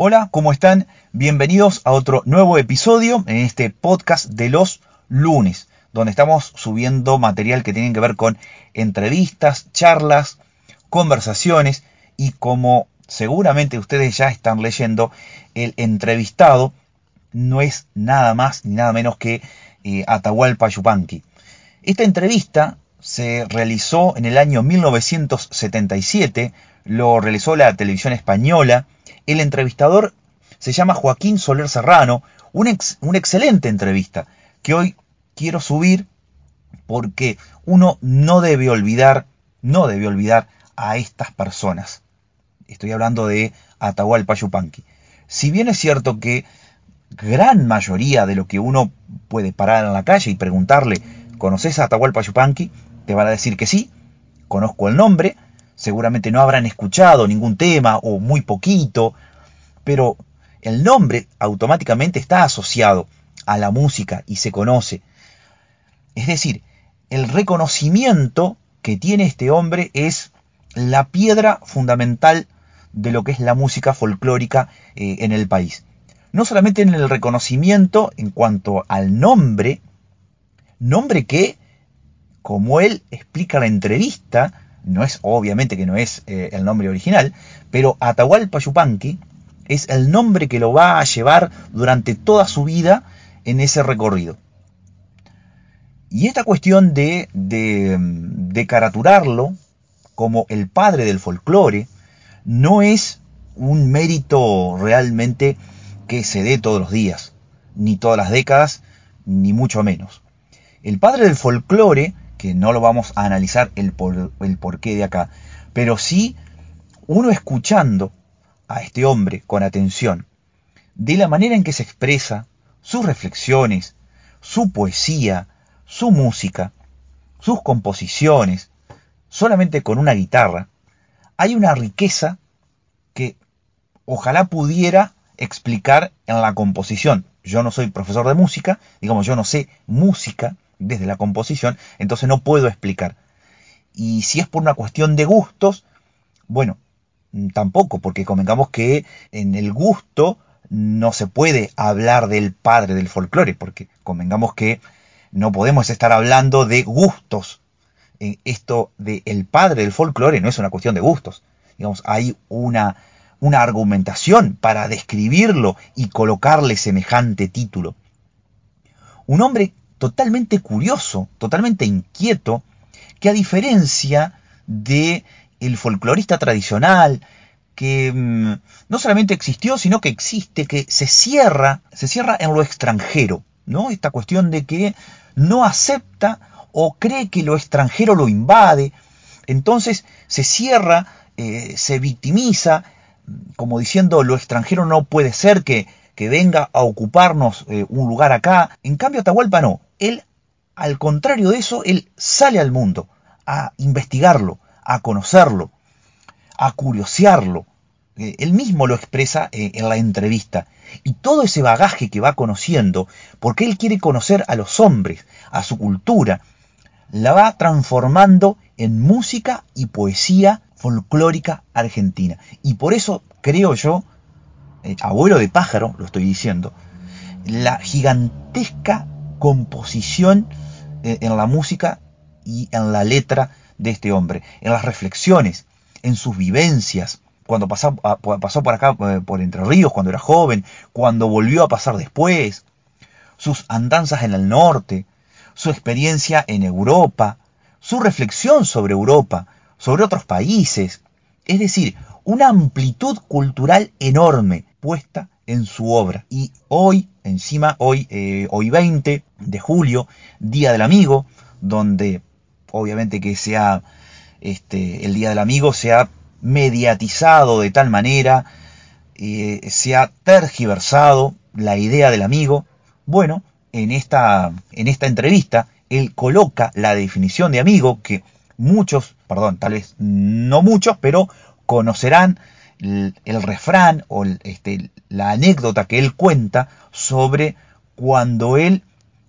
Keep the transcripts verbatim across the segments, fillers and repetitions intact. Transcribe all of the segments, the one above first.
Hola, ¿cómo están? Bienvenidos a otro nuevo episodio en este podcast de los lunes, donde estamos subiendo material que tiene que ver con entrevistas, charlas, conversaciones y como seguramente ustedes ya están leyendo, el entrevistado no es nada más ni nada menos que eh, Atahualpa Yupanqui. Esta entrevista se realizó en el año mil novecientos setenta y siete, lo realizó la televisión española. El entrevistador se llama Joaquín Soler Serrano, una, ex, una excelente entrevista que hoy quiero subir porque uno no debe olvidar, no debe olvidar a estas personas. Estoy hablando de Atahualpa Yupanqui. Si bien es cierto que gran mayoría de lo que uno puede parar en la calle y preguntarle, ¿conoces a Atahualpa Yupanqui? Te van a decir que sí, conozco el nombre, seguramente no habrán escuchado ningún tema o muy poquito, pero el nombre automáticamente está asociado a la música y se conoce. Es decir, el reconocimiento que tiene este hombre es la piedra fundamental de lo que es la música folclórica eh, en el país. No solamente en el reconocimiento en cuanto al nombre, nombre que, como él explica en la entrevista, no es, obviamente que no es eh, el nombre original, pero Atahualpa Yupanqui es el nombre que lo va a llevar durante toda su vida en ese recorrido. Y esta cuestión de, de, de caraturarlo como el padre del folclore no es un mérito realmente que se dé todos los días, ni todas las décadas, ni mucho menos. El padre del folclore, que no lo vamos a analizar el, por, el porqué de acá, pero sí uno escuchando a este hombre con atención, de la manera en que se expresa, sus reflexiones, su poesía, su música, sus composiciones, solamente con una guitarra, hay una riqueza que ojalá pudiera explicar en la composición. Yo no soy profesor de música, digamos, yo no sé música desde la composición, entonces no puedo explicar. Y si es por una cuestión de gustos, bueno, tampoco, porque convengamos que en el gusto no se puede hablar del padre del folclore, porque convengamos que no podemos estar hablando de gustos. Esto de el padre del folclore no es una cuestión de gustos. Digamos, hay una, una argumentación para describirlo y colocarle semejante título. Un hombre totalmente curioso, totalmente inquieto, que a diferencia de el folclorista tradicional, que mmm, no solamente existió, sino que existe, que se cierra, se cierra en lo extranjero, ¿no? Esta cuestión de que no acepta o cree que lo extranjero lo invade, entonces se cierra, eh, se victimiza, como diciendo lo extranjero no puede ser que, que venga a ocuparnos eh, un lugar acá. En cambio Atahualpa no, él al contrario de eso, él sale al mundo a investigarlo, a conocerlo, a curiosearlo. Eh, él mismo lo expresa eh, en la entrevista. Y todo ese bagaje que va conociendo, porque él quiere conocer a los hombres, a su cultura, la va transformando en música y poesía folclórica argentina. Y por eso creo yo, eh, abuelo de pájaro, lo estoy diciendo, la gigantesca composición eh, en la música y en la letra de este hombre, en las reflexiones, en sus vivencias, cuando pasó, pasó por acá, por Entre Ríos, cuando era joven, cuando volvió a pasar después, sus andanzas en el norte, su experiencia en Europa, su reflexión sobre Europa, sobre otros países, es decir, una amplitud cultural enorme puesta en su obra. Y hoy, encima, hoy, eh, hoy veinte de julio, Día del Amigo, donde obviamente que sea este, el Día del Amigo se ha mediatizado de tal manera, eh, se ha tergiversado la idea del amigo. Bueno, en esta, en esta entrevista él coloca la definición de amigo que muchos, perdón, tal vez no muchos, pero conocerán el, el refrán o el, este, la anécdota que él cuenta sobre cuando él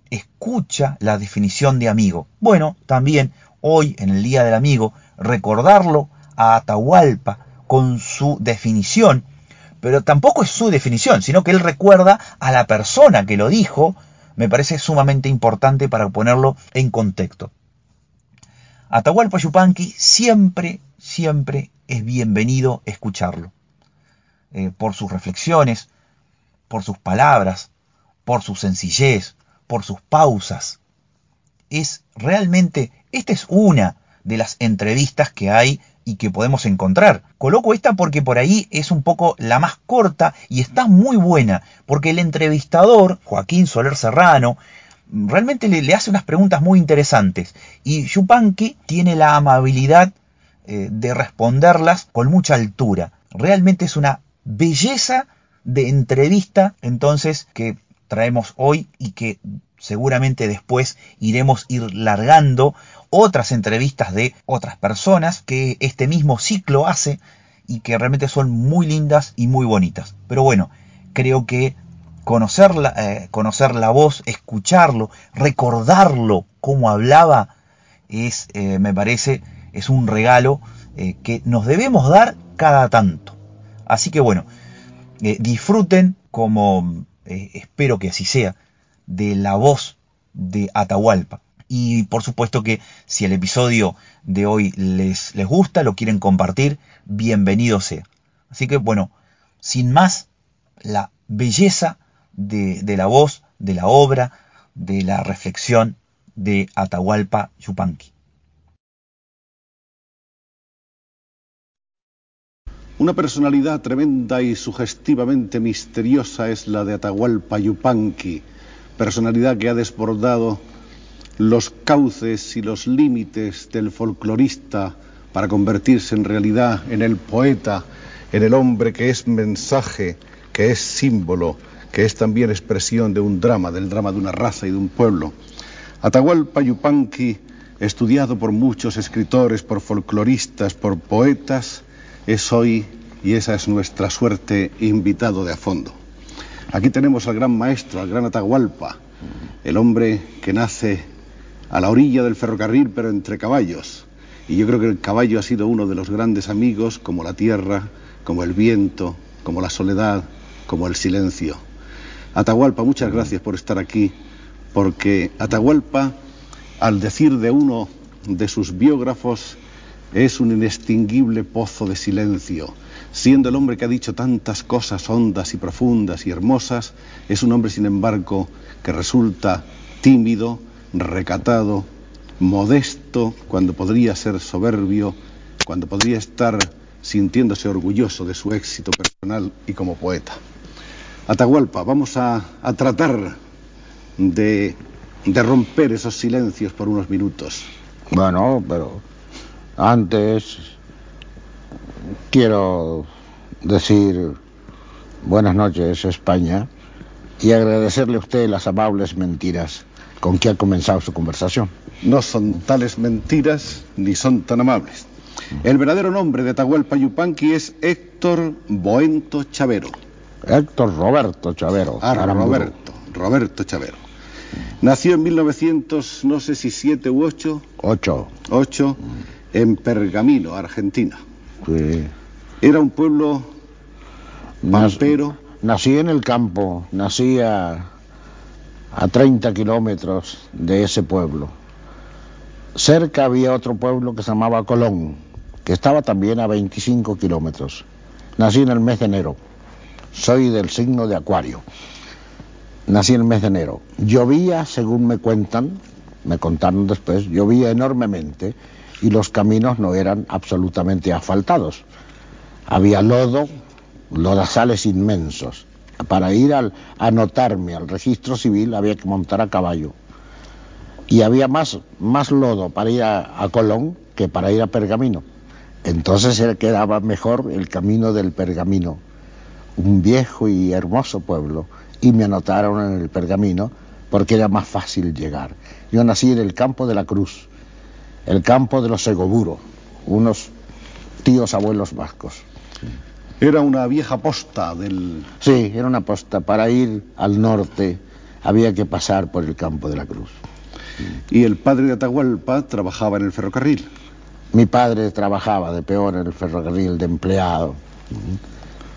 escucha la definición de amigo. Bueno, también hoy en el Día del Amigo recordarlo a Atahualpa con su definición, pero tampoco es su definición, sino que él recuerda a la persona que lo dijo. Me parece sumamente importante para ponerlo en contexto. Atahualpa Yupanqui siempre, siempre es bienvenido escucharlo. Eh, por sus reflexiones, por sus palabras, por su sencillez, por sus pausas. Es realmente, esta es una de las entrevistas que hay y que podemos encontrar. Coloco esta porque por ahí es un poco la más corta y está muy buena, porque el entrevistador, Joaquín Soler Serrano, realmente le, le hace unas preguntas muy interesantes y Yupanqui tiene la amabilidad eh, de responderlas con mucha altura. Realmente es una belleza de entrevista, entonces, que traemos hoy y que seguramente después iremos ir largando otras entrevistas de otras personas que este mismo ciclo hace y que realmente son muy lindas y muy bonitas. Pero bueno, creo que conocer la, eh, conocer la voz, escucharlo, recordarlo cómo hablaba, es, eh, me parece, es un regalo eh, que nos debemos dar cada tanto. Así que bueno, eh, disfruten, como eh, espero que así sea, de la voz de Atahualpa. Y por supuesto que si el episodio de hoy les, les gusta, lo quieren compartir, bienvenido sea. Así que bueno, sin más, la belleza de, de la voz, de la obra, de la reflexión de Atahualpa Yupanqui. Una personalidad tremenda y sugestivamente misteriosa es la de Atahualpa Yupanqui, personalidad que ha desbordado los cauces y los límites del folclorista para convertirse en realidad en el poeta, en el hombre que es mensaje, que es símbolo, que es también expresión de un drama, del drama de una raza y de un pueblo. Atahualpa Yupanqui, estudiado por muchos escritores, por folcloristas, por poetas, es hoy, y esa es nuestra suerte, invitado de a fondo. Aquí tenemos al gran maestro, al gran Atahualpa, el hombre que nace a la orilla del ferrocarril, pero entre caballos. Y yo creo que el caballo ha sido uno de los grandes amigos, como la tierra, como el viento, como la soledad, como el silencio. Atahualpa, muchas gracias por estar aquí, porque Atahualpa, al decir de uno de sus biógrafos, es un inextinguible pozo de silencio. Siendo el hombre que ha dicho tantas cosas hondas y profundas y hermosas, es un hombre, sin embargo, que resulta tímido, recatado, modesto, cuando podría ser soberbio, cuando podría estar sintiéndose orgulloso de su éxito personal y como poeta. Atahualpa, vamos a, a tratar de, de romper esos silencios por unos minutos. Bueno, pero antes quiero decir buenas noches, España, y agradecerle a usted las amables mentiras con que ha comenzado su conversación. No son tales mentiras ni son tan amables. El verdadero nombre de Atahualpa Yupanqui es Héctor Boento Chavero. Héctor Roberto Chavero. Ah, Roberto, Roberto Chavero. Nació en mil novecientos, no sé si siete u ocho. Ocho. Ocho, en Pergamino, Argentina. Sí. Era un pueblo pampero. Nací en el campo, nací a, a treinta kilómetros de ese pueblo. Cerca había otro pueblo que se llamaba Colón, que estaba también a veinticinco kilómetros. Nací en el mes de enero. Soy del signo de Acuario. Nací en el mes de enero. Llovía, según me cuentan, me contaron después, llovía enormemente y los caminos no eran absolutamente asfaltados. Había lodo, lodazales inmensos. Para ir al, a anotarme al registro civil había que montar a caballo. Y había más, más lodo para ir a, a Colón que para ir a Pergamino. Entonces se quedaba mejor el camino del Pergamino, un viejo y hermoso pueblo, y me anotaron en el Pergamino porque era más fácil llegar. Yo nací en el campo de la Cruz, el campo de los Segoburo, unos tíos abuelos vascos. Era una vieja posta del... Sí, era una posta. Para ir al norte había que pasar por el campo de la Cruz. Y el padre de Atahualpa trabajaba en el ferrocarril. Mi padre trabajaba de peón en el ferrocarril, de empleado.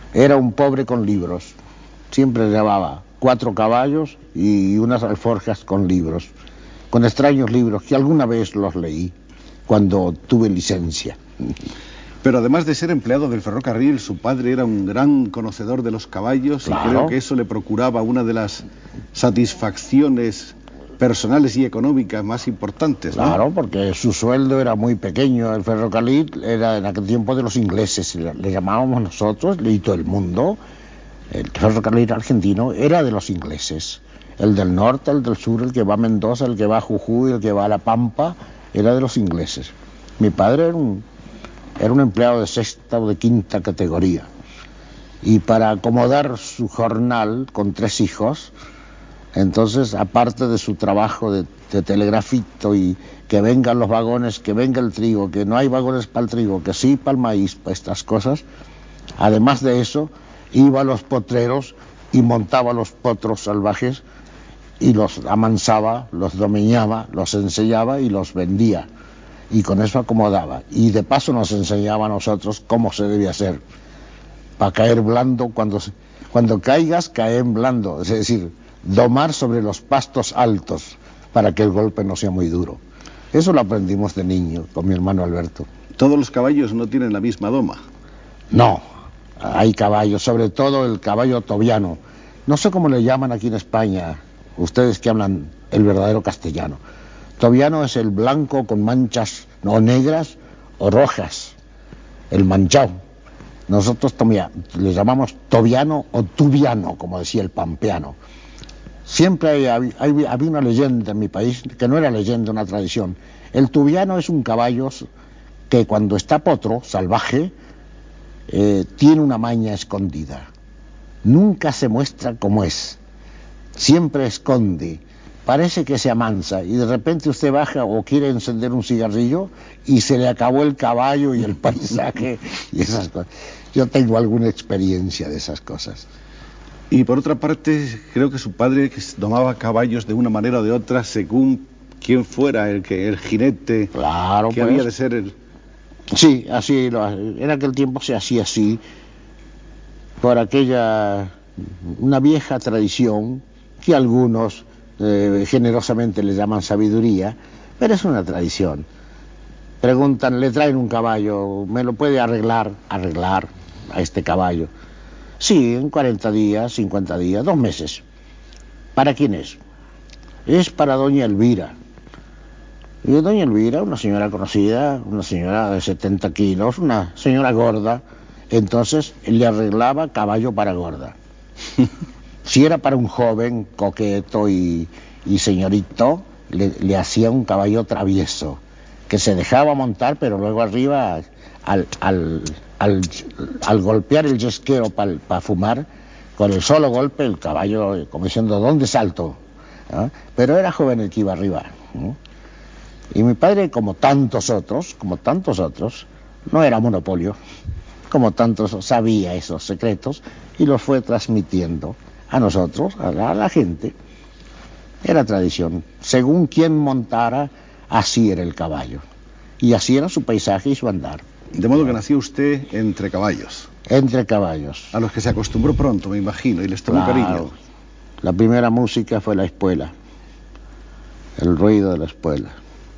Era un pobre con libros. Siempre llevaba cuatro caballos y unas alforjas con libros, con extraños libros que alguna vez los leí cuando tuve licencia. Pero además de ser empleado del ferrocarril, su padre era un gran conocedor de los caballos. Claro. Y creo que eso le procuraba una de las satisfacciones personales y económicas más importantes, ¿no? Claro, porque su sueldo era muy pequeño. El ferrocarril era en aquel tiempo de los ingleses, le, le llamábamos nosotros, y todo el mundo. El ferrocarril argentino era de los ingleses. El del norte, el del sur, el que va a Mendoza, el que va a Jujuy, el que va a La Pampa, era de los ingleses. Mi padre era un, era un empleado de sexta o de quinta categoría. Y para acomodar su jornal con tres hijos, entonces, aparte de su trabajo de, de telegrafito y que vengan los vagones, que venga el trigo, que no hay vagones para el trigo, que sí para el maíz, para estas cosas, además de eso, iba a los potreros y montaba los potros salvajes y los amansaba, los domeñaba, los ensillaba y los vendía. Y con eso acomodaba. Y de paso nos enseñaba a nosotros cómo se debía hacer. Para caer blando, cuando, cuando caigas, cae en blando. Es decir, domar sobre los pastos altos para que el golpe no sea muy duro. Eso lo aprendimos de niño con mi hermano Alberto. ¿Todos los caballos no tienen la misma doma? No, hay caballos, sobre todo el caballo tobiano. No sé cómo le llaman aquí en España, ustedes que hablan el verdadero castellano. Tobiano es el blanco con manchas no negras o rojas, el manchao. Nosotros tomia, le llamamos tobiano o tubiano, como decía el pampeano. Siempre hay, hay, hay, había una leyenda en mi país, que no era leyenda, una tradición. El tubiano es un caballo que cuando está potro, salvaje, eh, tiene una maña escondida. Nunca se muestra como es. Siempre esconde. Parece que se amansa y de repente usted baja o quiere encender un cigarrillo y se le acabó el caballo y el paisaje y esas cosas. Yo tengo alguna experiencia de esas cosas. Y por otra parte, creo que su padre domaba caballos de una manera o de otra según quién fuera el que el jinete, claro, que pues, había de ser el... Sí, así, en aquel tiempo se hacía así, por aquella, una vieja tradición que algunos eh, generosamente le llaman sabiduría, pero es una tradición. Preguntan, le traen un caballo, ¿me lo puede arreglar? Arreglar a este caballo. Sí, en cuarenta días, cincuenta días, dos meses. ¿Para quién es? Es para doña Elvira. Y doña Elvira, una señora conocida, una señora de setenta kilos, una señora gorda, entonces le arreglaba caballo para gorda. Si era para un joven coqueto y, y señorito, le, le hacía un caballo travieso, que se dejaba montar, pero luego arriba, al, al, al, al golpear el yesquero para pa fumar, con el solo golpe el caballo, como diciendo, ¿dónde salto? ¿No? Pero era joven el que iba arriba, ¿no? Y mi padre, como tantos otros, como tantos otros, no era monopolio, como tantos, sabía esos secretos y los fue transmitiendo a nosotros, a la, a la gente. Era tradición. Según quien montara, así era el caballo. Y así era su paisaje y su andar. De modo que nació usted entre caballos. Entre caballos. A los que se acostumbró pronto, me imagino, y les tomó claro. cariño. La primera música fue la espuela, el ruido de la espuela.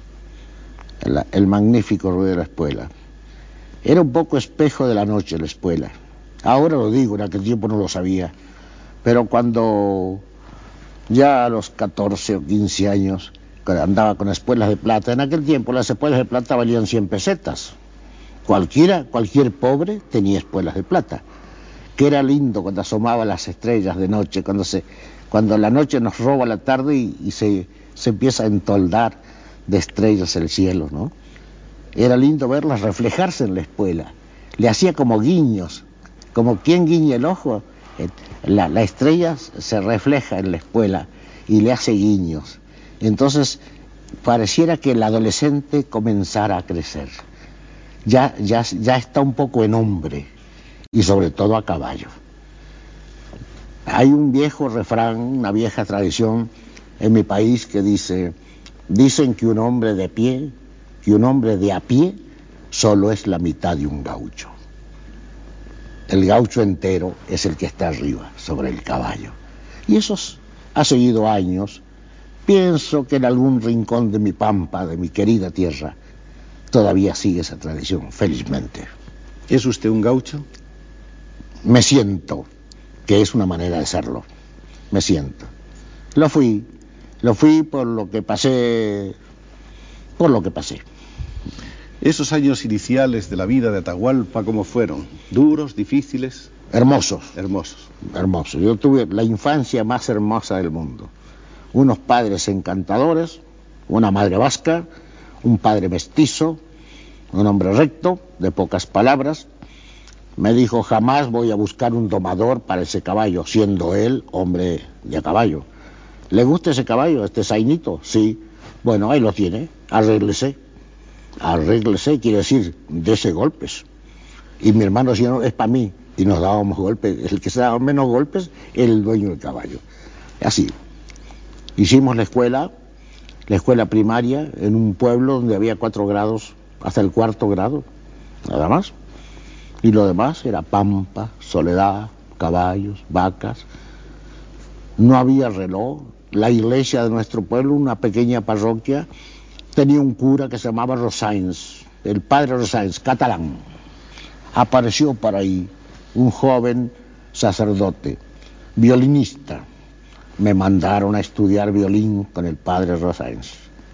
El, el magnífico ruido de la espuela. Era un poco espejo de la noche la espuela. Ahora lo digo, en aquel tiempo no lo sabía. Pero cuando ya a los catorce o quince años andaba con espuelas de plata, en aquel tiempo las espuelas de plata valían cien pesetas. Cualquiera, cualquier pobre tenía espuelas de plata. Que era lindo cuando asomaban las estrellas de noche, cuando se, cuando la noche nos roba la tarde y, y se, se empieza a entoldar de estrellas el cielo, ¿no? Era lindo verlas reflejarse en la espuela. Le hacía como guiños, como quien guiña el ojo. La, la estrella se refleja en la espuela y le hace guiños. Entonces pareciera que el adolescente comenzara a crecer. Ya, ya, ya está un poco en hombre y sobre todo a caballo. Hay un viejo refrán, una vieja tradición en mi país que dice: dicen que un hombre de pie, que un hombre de a pie, solo es la mitad de un gaucho. El gaucho entero es el que está arriba, sobre el caballo. Y eso ha seguido años. Pienso que en algún rincón de mi pampa, de mi querida tierra, todavía sigue esa tradición, felizmente. ¿Es usted un gaucho? Me siento que es una manera de serlo. Me siento. Lo fui. Lo fui por lo que pasé. Por lo que pasé. ¿Esos años iniciales de la vida de Atahualpa cómo fueron? ¿Duros, difíciles? Hermosos. Hermosos. Hermosos. Yo tuve la infancia más hermosa del mundo. Unos padres encantadores, una madre vasca, un padre mestizo, un hombre recto, de pocas palabras. Me dijo, jamás voy a buscar un domador para ese caballo, siendo él hombre de a caballo. ¿Le gusta ese caballo, este zainito? Sí. Bueno, ahí lo tiene, arréglese. Arréglese, quiere decir, dese golpes. Y mi hermano decía, no, es para mí. Y nos dábamos golpes. El que se daba menos golpes era el dueño del caballo. Así. Hicimos la escuela, la escuela primaria, en un pueblo donde había cuatro grados, hasta el cuarto grado, nada más. Y lo demás era pampa, soledad, caballos, vacas. No había reloj. La iglesia de nuestro pueblo, una pequeña parroquia, tenía un cura que se llamaba Rosáins, el padre Rosáins, catalán. Apareció por ahí un joven sacerdote, violinista. Me mandaron a estudiar violín con el padre Rosáins.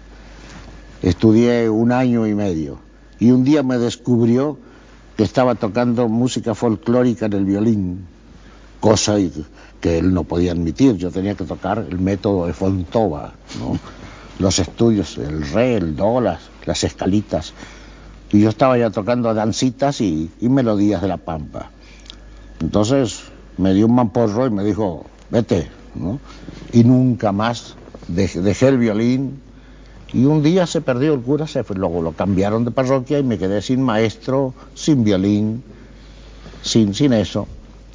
Estudié un año y medio y un día me descubrió que estaba tocando música folclórica en el violín, cosa que él no podía admitir. Yo tenía que tocar el método de Fontova, ¿no? Los estudios, el re, el do, las, las escalitas. Y yo estaba ya tocando dancitas y, y melodías de la pampa. Entonces me dio un mamporro y me dijo, vete, ¿no? Y nunca más dejé, dejé el violín. Y un día se perdió el cura, se fue, luego lo cambiaron de parroquia y me quedé sin maestro, sin violín, sin, sin eso.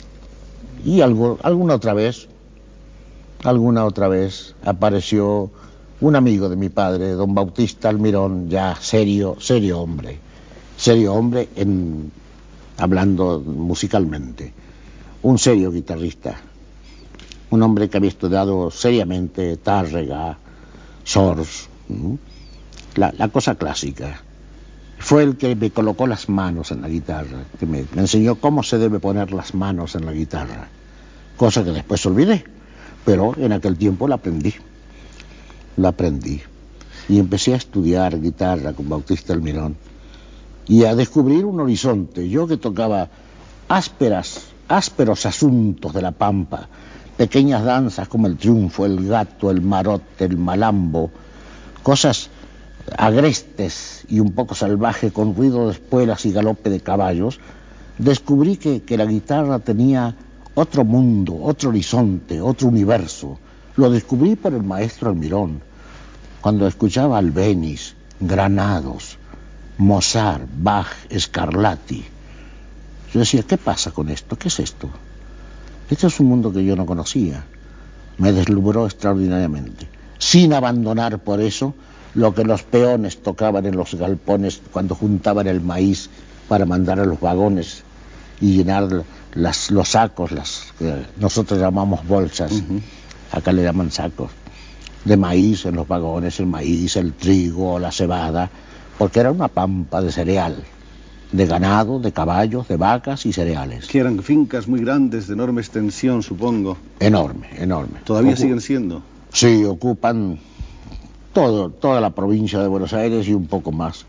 Y algo, alguna otra vez, alguna otra vez apareció un amigo de mi padre, don Bautista Almirón, ya serio, serio hombre, serio hombre en, hablando musicalmente, un serio guitarrista, un hombre que había estudiado seriamente Tárrega, Sors, ¿no? la, la cosa clásica. Fue el que me colocó las manos en la guitarra, que me, me enseñó cómo se debe poner las manos en la guitarra, cosa que después olvidé, pero en aquel tiempo la aprendí. La aprendí y empecé a estudiar guitarra con Bautista Almirón y a descubrir un horizonte. Yo que tocaba ásperas, ásperos asuntos de la pampa, pequeñas danzas como el triunfo, el gato, el marote, el malambo, cosas agrestes y un poco salvaje con ruido de espuelas y galope de caballos, descubrí que, que la guitarra tenía otro mundo, otro horizonte, otro universo. Lo descubrí por el maestro Almirón, cuando escuchaba Albéniz, Granados, Mozart, Bach, Scarlatti. Yo decía, ¿qué pasa con esto? ¿Qué es esto? Este es un mundo que yo no conocía. Me deslumbró extraordinariamente, sin abandonar por eso lo que los peones tocaban en los galpones cuando juntaban el maíz para mandar a los vagones y llenar las, los sacos, las que nosotros llamamos bolsas, uh-huh. Acá le llaman sacos, de maíz en los vagones, el maíz, el trigo, la cebada, porque era una pampa de cereal, de ganado, de caballos, de vacas y cereales. Que eran fincas muy grandes, de enorme extensión, supongo. Enorme, enorme. ¿Todavía Ocu- siguen siendo? Sí, ocupan todo, toda la provincia de Buenos Aires y un poco más.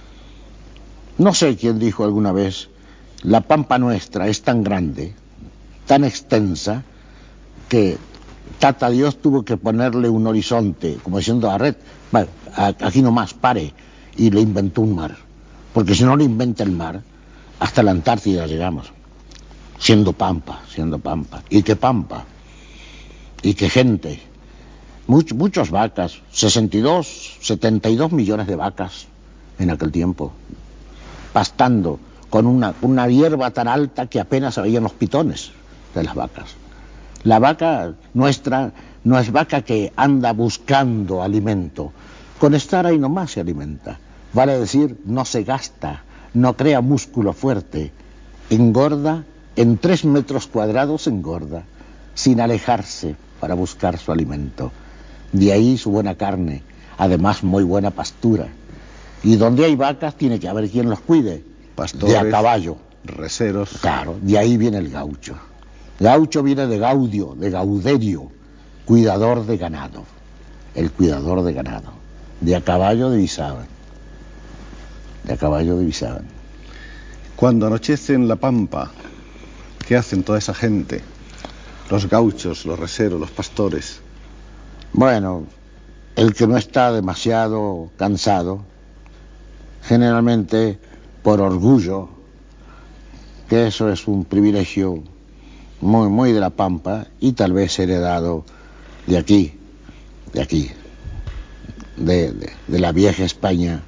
No sé quién dijo alguna vez, la pampa nuestra es tan grande, tan extensa, que Tata Dios tuvo que ponerle un horizonte, como diciendo a Red, bueno, aquí nomás, pare, y le inventó un mar. Porque si no le inventa el mar, hasta la Antártida llegamos, siendo pampa, siendo pampa. ¿Y qué pampa? ¿Y qué gente? Much, muchas vacas, sesenta y dos, setenta y dos millones de vacas en aquel tiempo, pastando con una, una hierba tan alta que apenas se veían los pitones de las vacas. La vaca nuestra no es vaca que anda buscando alimento, con estar ahí nomás se alimenta, vale decir, no se gasta, no crea músculo fuerte, engorda en tres metros cuadrados engorda, sin alejarse para buscar su alimento. De ahí su buena carne, además muy buena pastura. Y donde hay vacas tiene que haber quien los cuide. Pastores, de a caballo. Reseros. Claro, de ahí viene el gaucho. Gaucho viene de gaudio, de gauderio, cuidador de ganado. El cuidador de ganado. De a caballo divisaban. De a caballo divisaban. Cuando anochece en la pampa, ¿qué hacen toda esa gente? Los gauchos, los reseros, los pastores. Bueno, el que no está demasiado cansado, generalmente por orgullo, que eso es un privilegio muy, muy de la pampa y tal vez heredado de aquí, de aquí, de, de, de la vieja España.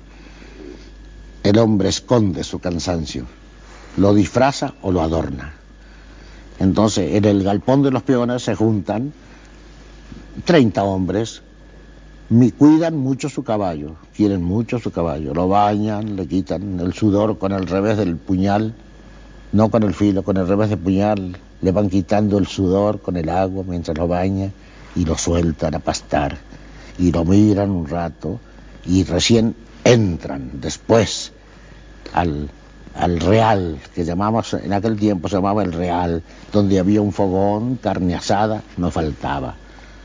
El hombre esconde su cansancio, lo disfraza o lo adorna. Entonces, en el galpón de los peones se juntan treinta hombres, cuidan mucho su caballo, quieren mucho su caballo, lo bañan, le quitan el sudor con el revés del puñal, no con el filo, con el revés del puñal, le van quitando el sudor con el agua mientras lo baña y lo sueltan a pastar y lo miran un rato y recién entran después al, al real, que llamamos, en aquel tiempo se llamaba el real, donde había un fogón, carne asada, no faltaba.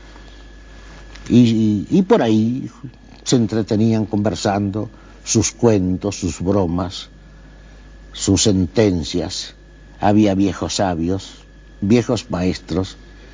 Y, y, y por ahí se entretenían conversando sus cuentos, sus bromas, sus sentencias. Había viejos sabios, viejos maestros,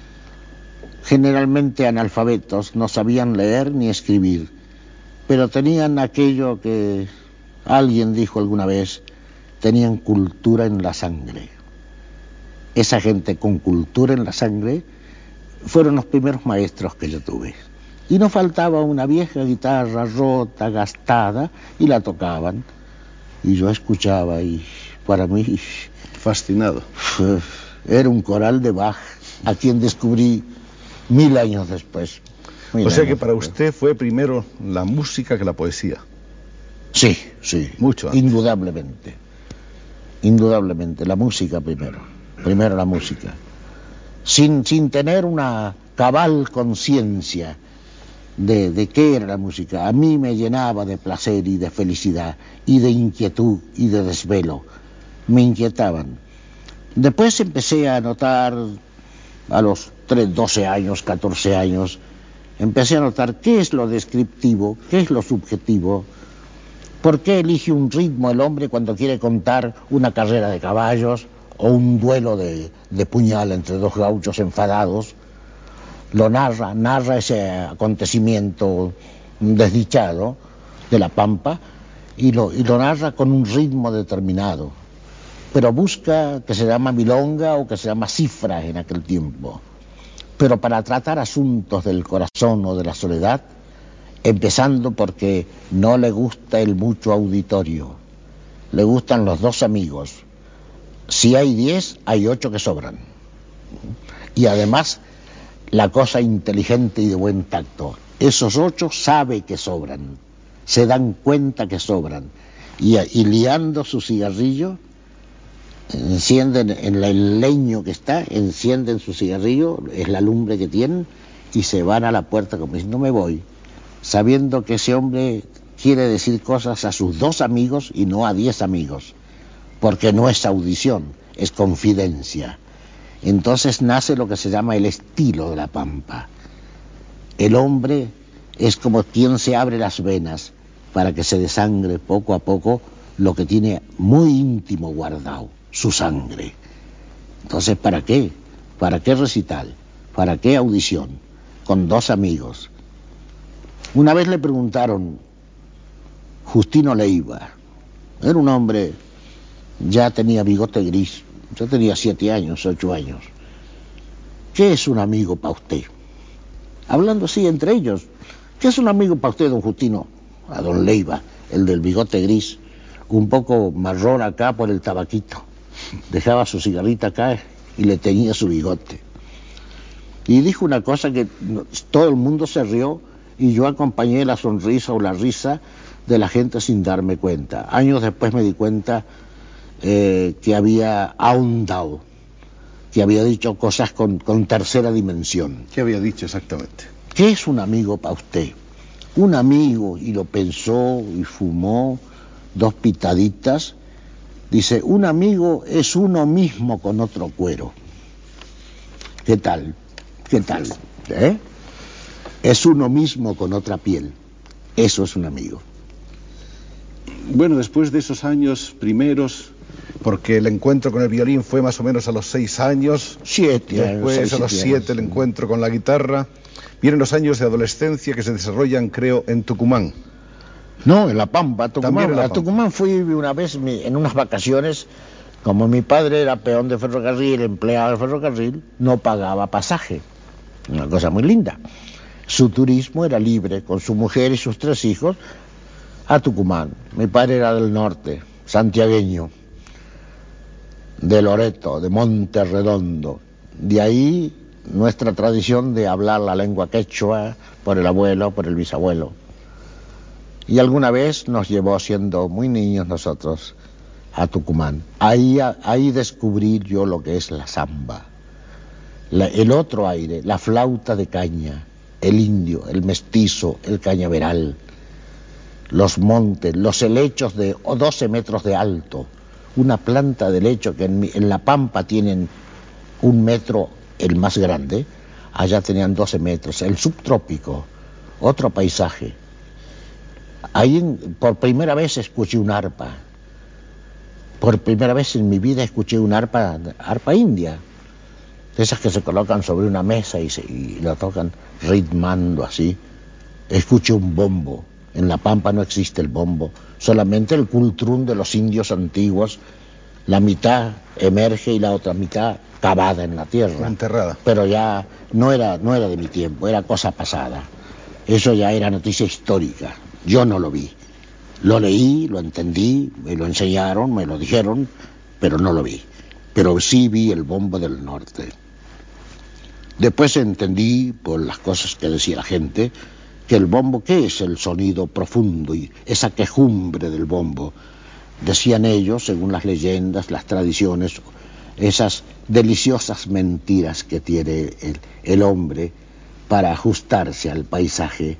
generalmente analfabetos, no sabían leer ni escribir, pero tenían aquello que alguien dijo alguna vez, tenían cultura en la sangre. Esa gente con cultura en la sangre fueron los primeros maestros que yo tuve. Y no faltaba una vieja guitarra rota, gastada, y la tocaban. Y yo escuchaba y para mí... Fascinado. Era un coral de Bach, a quien descubrí mil años después. Mil o sea años que para después. usted fue primero la música que la poesía. Sí, sí. Mucho antes. Indudablemente. Indudablemente, la música primero. Primero la música. Sin, sin tener una cabal conciencia de, de qué era la música. A mí me llenaba de placer y de felicidad, y de inquietud y de desvelo. Me inquietaban. Después empecé a notar, a los tres, doce años, catorce años, empecé a notar qué es lo descriptivo, qué es lo subjetivo, por qué elige un ritmo el hombre cuando quiere contar una carrera de caballos o un duelo de, de puñal entre dos gauchos enfadados. Lo narra, narra ese acontecimiento desdichado de la pampa y lo, y lo narra con un ritmo determinado, pero busca que se llama milonga o que se llama cifra en aquel tiempo. Pero para tratar asuntos del corazón o de la soledad, empezando porque no le gusta el mucho auditorio, le gustan los dos amigos. Si hay diez, hay ocho que sobran. Y además, la cosa inteligente y de buen tacto, esos ocho sabe que sobran, se dan cuenta que sobran, y, y liando su cigarrillo, encienden en el leño que está, encienden su cigarrillo, es la lumbre que tienen, y se van a la puerta como diciendo, no me voy, sabiendo que ese hombre quiere decir cosas a sus dos amigos y no a diez amigos, porque no es audición, es confidencia. Entonces nace lo que se llama el estilo de la pampa. El hombre es como quien se abre las venas para que se desangre poco a poco lo que tiene muy íntimo guardado, su sangre. Entonces, ¿para qué? ¿Para qué recital? ¿Para qué audición? Con dos amigos. Una vez le preguntaron, Justino Leiva, era un hombre, ya tenía bigote gris, yo tenía siete años, ocho años. ¿Qué es un amigo para usted? Hablando así entre ellos, ¿qué es un amigo para usted, don Justino? A don Leiva, el del bigote gris, un poco marrón acá por el tabaquito. Dejaba su cigarrita acá y le teñía su bigote. Y dijo una cosa que todo el mundo se rió y yo acompañé la sonrisa o la risa de la gente sin darme cuenta. Años después me di cuenta eh, que había ahondado que había dicho cosas con, con tercera dimensión. ¿Qué había dicho exactamente? ¿Qué es un amigo para usted? Un amigo, y lo pensó y fumó dos pitaditas, dice, un amigo es uno mismo con otro cuero. ¿Qué tal? ¿Qué tal? ¿Eh? Es uno mismo con otra piel. Eso es un amigo. Bueno, después de esos años primeros, porque el encuentro con el violín fue más o menos a los seis años. Siete años. Después, seis, a los siete siete, años, el encuentro con la guitarra. Vienen los años de adolescencia que se desarrollan, creo, en Tucumán. No, en La Pampa, Tucumán. En La a Pampa. Tucumán fui una vez en unas vacaciones. Como mi padre era peón de ferrocarril, empleado de ferrocarril, no pagaba pasaje. Una cosa muy linda. Su turismo era libre, con su mujer y sus tres hijos, a Tucumán. Mi padre era del norte, santiagueño, de Loreto, de Monte Redondo. De ahí nuestra tradición de hablar la lengua quechua por el abuelo, por el bisabuelo. Y alguna vez nos llevó, siendo muy niños nosotros, a Tucumán. Ahí, ahí descubrí yo lo que es la samba, la, el otro aire, la flauta de caña, el indio, el mestizo, el cañaveral, los montes, los helechos de doce metros de alto, una planta de helecho que en, en La Pampa tienen un metro el más grande, allá tenían doce metros, el subtrópico, otro paisaje. Ahí en, por primera vez escuché un arpa. Por primera vez en mi vida escuché una arpa, arpa india, de esas que se colocan sobre una mesa y, se, y la tocan ritmando así. Escuché un bombo. En La Pampa no existe el bombo, solamente el cultrún de los indios antiguos. La mitad emerge y la otra mitad cavada en la tierra. Enterrada. Pero ya no era, no era de mi tiempo, era cosa pasada. Eso ya era noticia histórica. Yo no lo vi. Lo leí, lo entendí, me lo enseñaron, me lo dijeron, pero no lo vi. Pero sí vi el bombo del norte. Después entendí, por las cosas que decía la gente, que el bombo, ¿qué es el sonido profundo y esa quejumbre del bombo? Decían ellos, según las leyendas, las tradiciones, esas deliciosas mentiras que tiene el, el hombre para ajustarse al paisaje.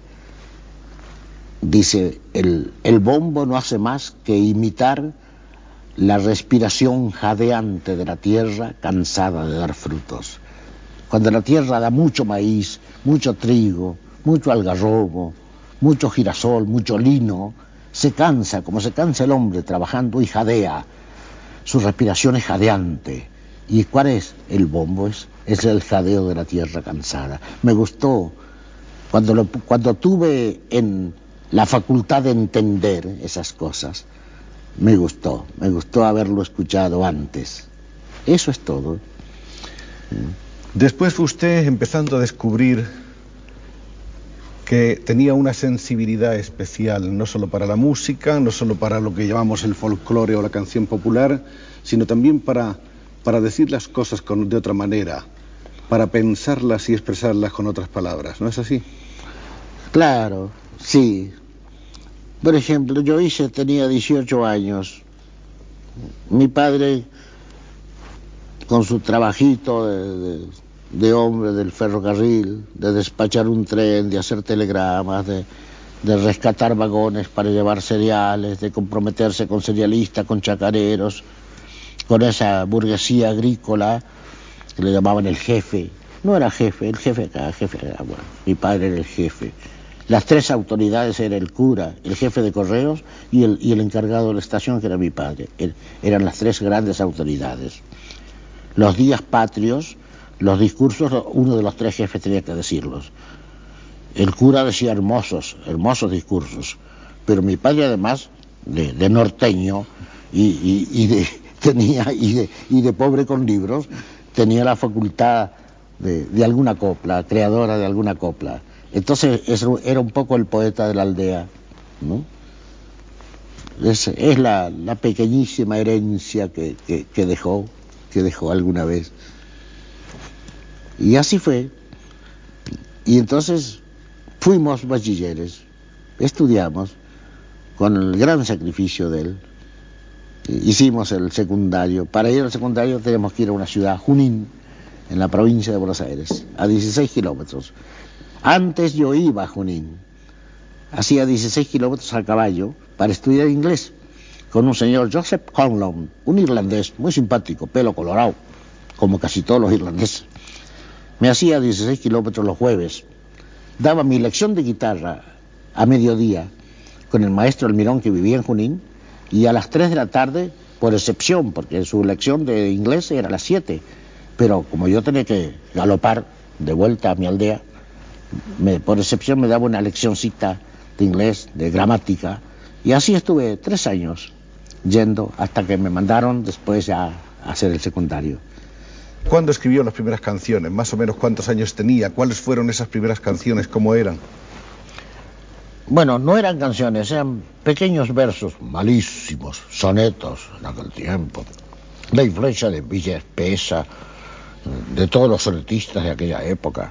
Dice, el, el bombo no hace más que imitar la respiración jadeante de la tierra cansada de dar frutos. Cuando la tierra da mucho maíz, mucho trigo, mucho algarrobo, mucho girasol, mucho lino, se cansa, como se cansa el hombre trabajando y jadea. Su respiración es jadeante. ¿Y cuál es? El bombo es, es el jadeo de la tierra cansada. Me gustó cuando, lo, cuando tuve en la facultad de entender esas cosas. Me gustó, me gustó haberlo escuchado antes. Eso es todo. Después fue usted empezando a descubrir que tenía una sensibilidad especial, no solo para la música, no solo para lo que llamamos el folclore o la canción popular, sino también para, para decir las cosas con, de otra manera, para pensarlas y expresarlas con otras palabras, ¿no es así? Claro, sí. Por ejemplo, yo hice, tenía dieciocho años. Mi padre, con su trabajito de, de, de hombre del ferrocarril, de despachar un tren, de hacer telegramas, de, de rescatar vagones para llevar cereales, de comprometerse con cerealistas, con chacareros, con esa burguesía agrícola que le llamaban el jefe. No era jefe, el jefe acá, jefe acá, bueno, mi padre era el jefe. Las tres autoridades eran el cura, el jefe de correos y el, y el encargado de la estación, que era mi padre. Er, eran las tres grandes autoridades. Los días patrios, los discursos, uno de los tres jefes tenía que decirlos. El cura decía hermosos, hermosos discursos, pero mi padre, además de, de norteño y, y, y, de, tenía, y, de, y de pobre con libros, tenía la facultad de, de alguna copla, creadora de alguna copla. Entonces eso era un poco el poeta de la aldea, ¿no? Es, es la, la pequeñísima herencia que, que, que dejó, que dejó alguna vez. Y así fue. Y entonces fuimos bachilleres, estudiamos con el gran sacrificio de él. Hicimos el secundario. Para ir al secundario tenemos que ir a una ciudad, Junín, en la provincia de Buenos Aires, a dieciséis kilómetros. Antes yo iba a Junín, hacía dieciséis kilómetros a caballo para estudiar inglés con un señor Joseph Conlon, un irlandés muy simpático, pelo colorado, como casi todos los irlandeses. Me hacía dieciséis kilómetros los jueves, daba mi lección de guitarra a mediodía con el maestro Almirón, que vivía en Junín, y a las tres de la tarde, por excepción, porque su lección de inglés era a las siete, pero como yo tenía que galopar de vuelta a mi aldea, me, por excepción me daba una leccioncita de inglés, de gramática, y así estuve tres años yendo hasta que me mandaron después ya a hacer el secundario. ¿Cuándo escribió las primeras canciones? Más o menos cuántos años tenía, ¿cuáles fueron esas primeras canciones, cómo eran? Bueno, no eran canciones, eran pequeños versos, malísimos, sonetos en aquel tiempo. La influencia de Villa Espesa, de todos los sonetistas de aquella época.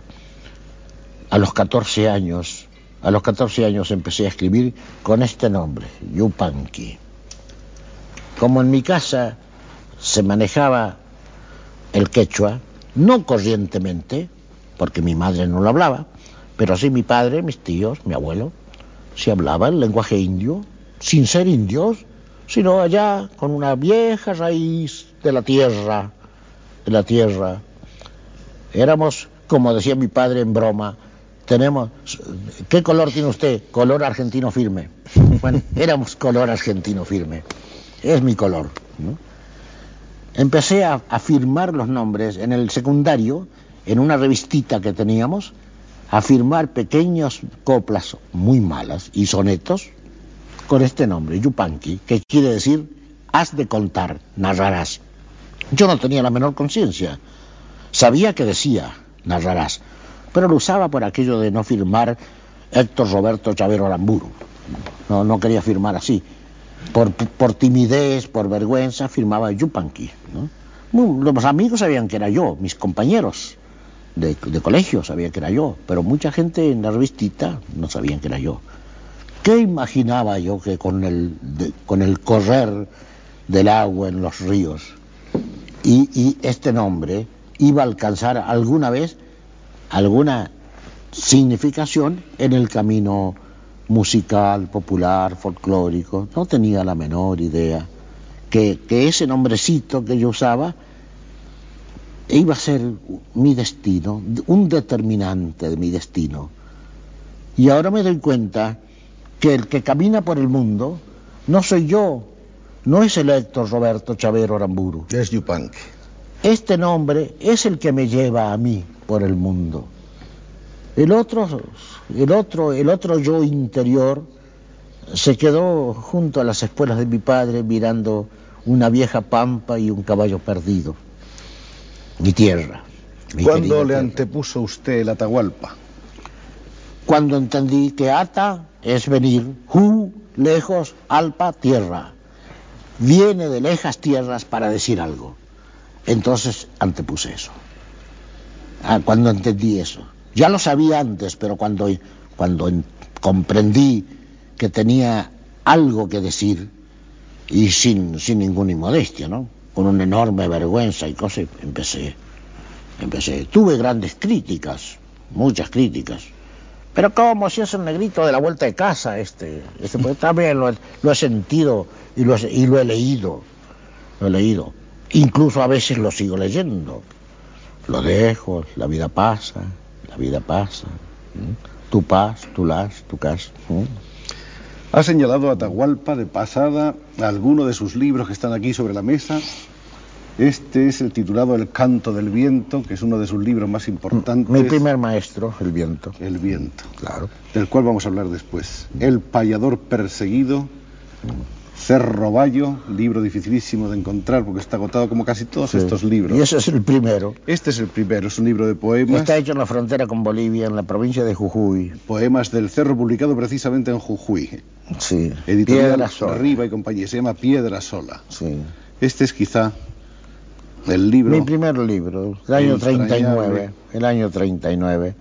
A los catorce años, a los catorce años empecé a escribir con este nombre, Yupanqui. Como en mi casa se manejaba el quechua, no corrientemente, porque mi madre no lo hablaba, pero sí mi padre, mis tíos, mi abuelo, se hablaba el lenguaje indio, sin ser indios, sino allá con una vieja raíz de la tierra, de la tierra. Éramos, como decía mi padre en broma, tenemos, ¿qué color tiene usted? Color argentino firme. Bueno, éramos color argentino firme. Es mi color, ¿no? Empecé a, a firmar los nombres en el secundario, en una revistita que teníamos, a firmar pequeñas coplas muy malas y sonetos con este nombre, Yupanqui, que quiere decir has de contar, narrarás. Yo no tenía la menor conciencia, sabía que decía narrarás, pero lo usaba por aquello de no firmar Héctor Roberto Chavero Aramburu. No, no quería firmar así. Por, por timidez, por vergüenza, firmaba Yupanqui, ¿no? Los amigos sabían que era yo, mis compañeros de, de colegio sabían que era yo, pero mucha gente en la revistita no sabían que era yo. ¿Qué imaginaba yo que con el, de, con el correr del agua en los ríos y, y este nombre iba a alcanzar alguna vez alguna significación en el camino musical, popular, folclórico? No tenía la menor idea que, que ese nombrecito que yo usaba iba a ser mi destino, un determinante de mi destino. Y ahora me doy cuenta que el que camina por el mundo no soy yo, no es el Héctor Roberto Chavero Aramburu. Es Yupanqui. Este nombre es el que me lleva a mí por el mundo. El otro, el otro, el otro yo interior se quedó junto a las espuelas de mi padre mirando una vieja pampa y un caballo perdido. Mi tierra. Mi ¿Cuándo le tierra. antepuso usted el Atahualpa? Cuando entendí que ata es venir, hu, lejos, alpa, tierra. Viene de lejas tierras para decir algo. Entonces antepuse eso. Ah, cuando entendí eso. Ya lo sabía antes, pero cuando, cuando en, comprendí que tenía algo que decir, y sin, sin ninguna inmodestia, ¿no? Con una enorme vergüenza y cosas, empecé, empecé. Tuve grandes críticas, muchas críticas. Pero ¿cómo si es un negrito de la vuelta de casa este? este pues también lo, lo he sentido y lo, y lo he leído, lo he leído. Incluso a veces lo sigo leyendo. Lo dejo, la vida pasa, la vida pasa. ¿Mm? Tu paz, tu las, tu casa. ¿Mm? Ha señalado a Atahualpa de pasada a alguno de sus libros que están aquí sobre la mesa. Este es el titulado El canto del viento, que es uno de sus libros más importantes. Mi primer maestro, El viento. El viento. Claro. Del cual vamos a hablar después. El payador perseguido. Cerro Bayo, libro dificilísimo de encontrar porque está agotado como casi todos sí. estos libros. Y ese es el primero. Este es el primero, es un libro de poemas. Está hecho en la frontera con Bolivia, en la provincia de Jujuy. Poemas del Cerro, publicado precisamente en Jujuy. Sí. Editorial Piedra Sola. Riva y compañía, se llama Piedra Sola. Sí. Este es quizá el libro... Mi primer libro, el año treinta y nueve. El año treinta y nueve.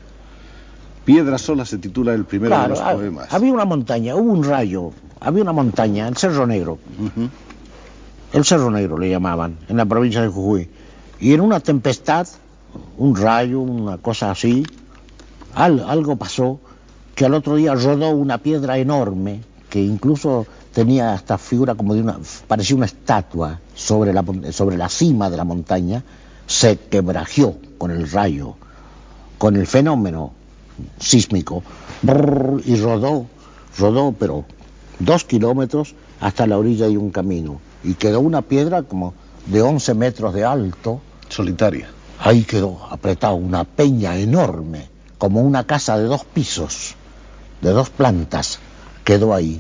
Piedra Sola se titula el primero claro, de los poemas. Había una montaña, hubo un rayo, había una montaña, el Cerro Negro. Uh-huh. El Cerro Negro le llamaban, en la provincia de Jujuy. Y en una tempestad un rayo, una cosa así. Al, algo pasó que al otro día rodó una piedra enorme que incluso tenía esta figura como de una, parecía una estatua sobre la, sobre la cima de la montaña. Se quebrajió con el rayo, con el fenómeno sísmico, brrr, y rodó, rodó, pero dos kilómetros hasta la orilla de un camino, y quedó una piedra como de once metros de alto. Solitaria. Ahí quedó apretado, una peña enorme, como una casa de dos pisos, de dos plantas, quedó ahí.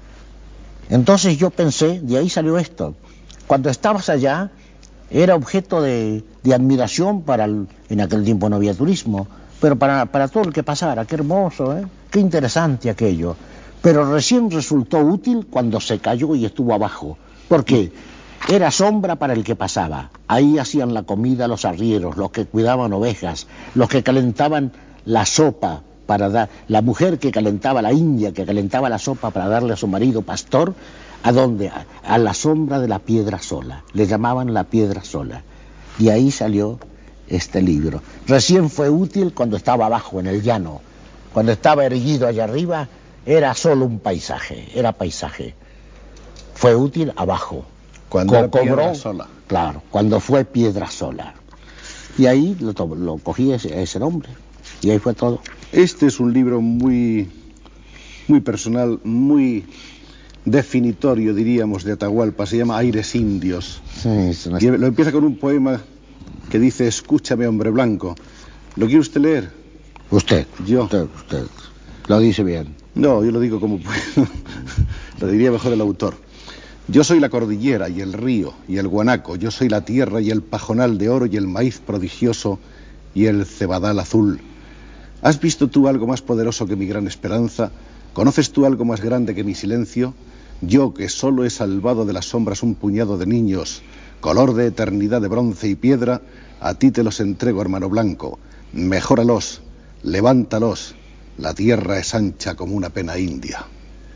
Entonces yo pensé, de ahí salió esto. Cuando estabas allá, era objeto de, de admiración para el, en aquel tiempo no había turismo, pero para, para todo el que pasara. Qué hermoso, ¿eh? Qué interesante aquello. Pero recién resultó útil cuando se cayó y estuvo abajo. ¿Por qué? Era sombra para el que pasaba. Ahí hacían la comida los arrieros, los que cuidaban ovejas, los que calentaban la sopa para dar, la mujer que calentaba, la india que calentaba la sopa para darle a su marido pastor. ¿A dónde? A, a la sombra de la piedra sola. Le llamaban la piedra sola. Y ahí salió este libro. Recién fue útil cuando estaba abajo, en el llano. Cuando estaba erguido allá arriba, era solo un paisaje, era paisaje. Fue útil abajo. Cuando Co era piedra cobró, sola. Claro, cuando fue piedra sola. Y ahí lo, lo cogí ese, ese nombre. Y ahí fue todo. Este es un libro muy, muy personal, muy definitorio, diríamos, de Atahualpa. Se llama Aires Indios. Sí, es una... Y lo empieza con un poema que dice: escúchame, hombre blanco. ¿Lo quiere usted leer? Usted. Yo. Usted, usted. Lo dice bien. No, yo lo digo como puedo. Lo diría mejor el autor. Yo soy la cordillera y el río y el guanaco. Yo soy la tierra y el pajonal de oro y el maíz prodigioso y el cebadal azul. ¿Has visto tú algo más poderoso que mi gran esperanza? ¿Conoces tú algo más grande que mi silencio? Yo, que solo he salvado de las sombras un puñado de niños, color de eternidad de bronce y piedra, a ti te los entrego, hermano blanco. Mejóralos, levántalos. La tierra es ancha como una pena india.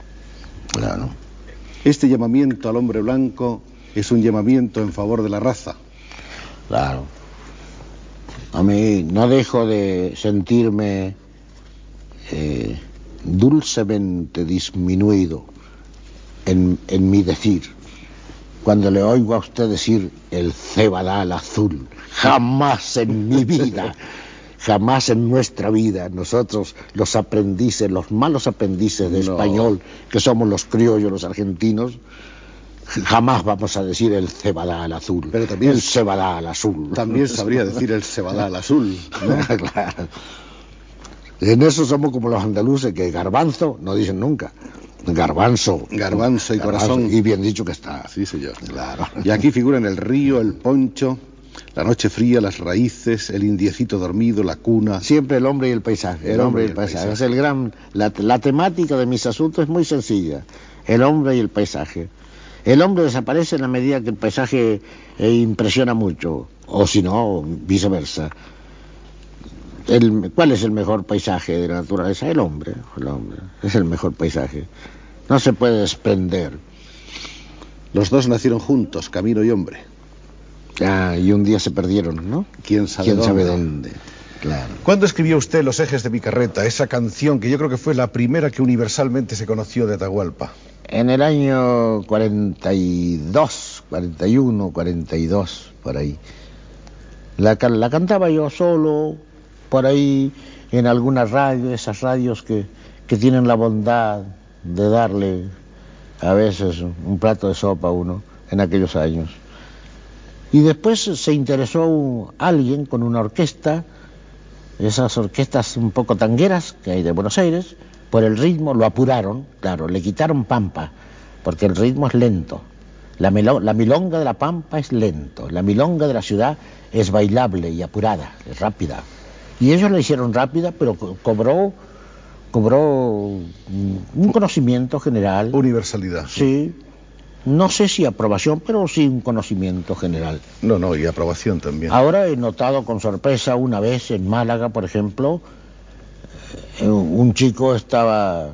Claro. Este llamamiento al hombre blanco es un llamamiento en favor de la raza. Claro. A mí no dejo de sentirme eh, dulcemente disminuido en, en mi decir cuando le oigo a usted decir el cebadal azul. Jamás en mi vida, jamás en nuestra vida, nosotros los aprendices, los malos aprendices de No. español, que somos los criollos, los argentinos, jamás vamos a decir el cebadal azul. Pero también el cebadal azul. También sabría decir el cebadal azul, ¿no? Claro. En eso somos como los andaluces, que garbanzo no dicen nunca. Garbanzo. Garbanzo y corazón. Y bien dicho que está. Sí, señor. Claro. Y aquí figuran el río, el poncho, la noche fría, las raíces, el indiecito dormido, la cuna. Siempre el hombre y el paisaje. El, hombre y el paisaje. paisaje. Es el gran. La, la temática de mis asuntos es muy sencilla. El hombre y el paisaje. El hombre desaparece en la medida que el paisaje eh, impresiona mucho, o si no, viceversa. El, ¿Cuál es el mejor paisaje de la naturaleza? El hombre, el hombre, es el mejor paisaje. No se puede desprender. Los dos nacieron juntos, camino y hombre. Ah, y un día se perdieron, ¿no? ¿Quién sabe ¿Quién dónde? sabe dónde? Claro. ¿Cuándo escribió usted Los ejes de mi carreta, esa canción que yo creo que fue la primera que universalmente se conoció de Atahualpa? En el año cuarenta y dos, cuarenta y uno, cuarenta y dos, por ahí. La, la cantaba yo solo, por ahí, en alguna radio, esas radios que, que tienen la bondad de darle a veces un plato de sopa a uno, en aquellos años. Y después se interesó alguien con una orquesta, esas orquestas un poco tangueras que hay de Buenos Aires, por el ritmo lo apuraron, claro, le quitaron pampa, porque el ritmo es lento. La, melo, la milonga de la pampa es lento, la milonga de la ciudad es bailable y apurada, es rápida. Y ellos la hicieron rápida, pero co cobró, cobró un conocimiento general. Universalidad. Sí. No sé si aprobación, pero sí un conocimiento general. No, no, y aprobación también. Ahora he notado con sorpresa una vez en Málaga, por ejemplo, un chico estaba